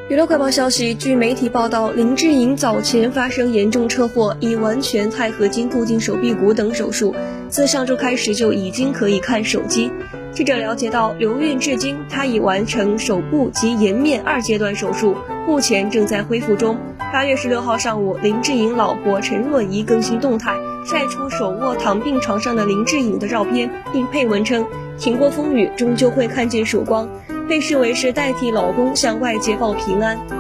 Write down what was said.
娱乐快报消息，据媒体报道，林志颖早前发生严重车祸，已完全钛合金镀进手臂骨等手术，自上周开始就已经可以看手机。记者了解到，留院至今，他已完成手部及颜面2阶段手术，目前正在恢复中。8月16号上午，林志颖老婆陈若仪更新动态，晒出手卧躺病床上的林志颖的照片，并配文称：挺过风雨，终究会看见曙光，被视为是代替老公向外界报平安。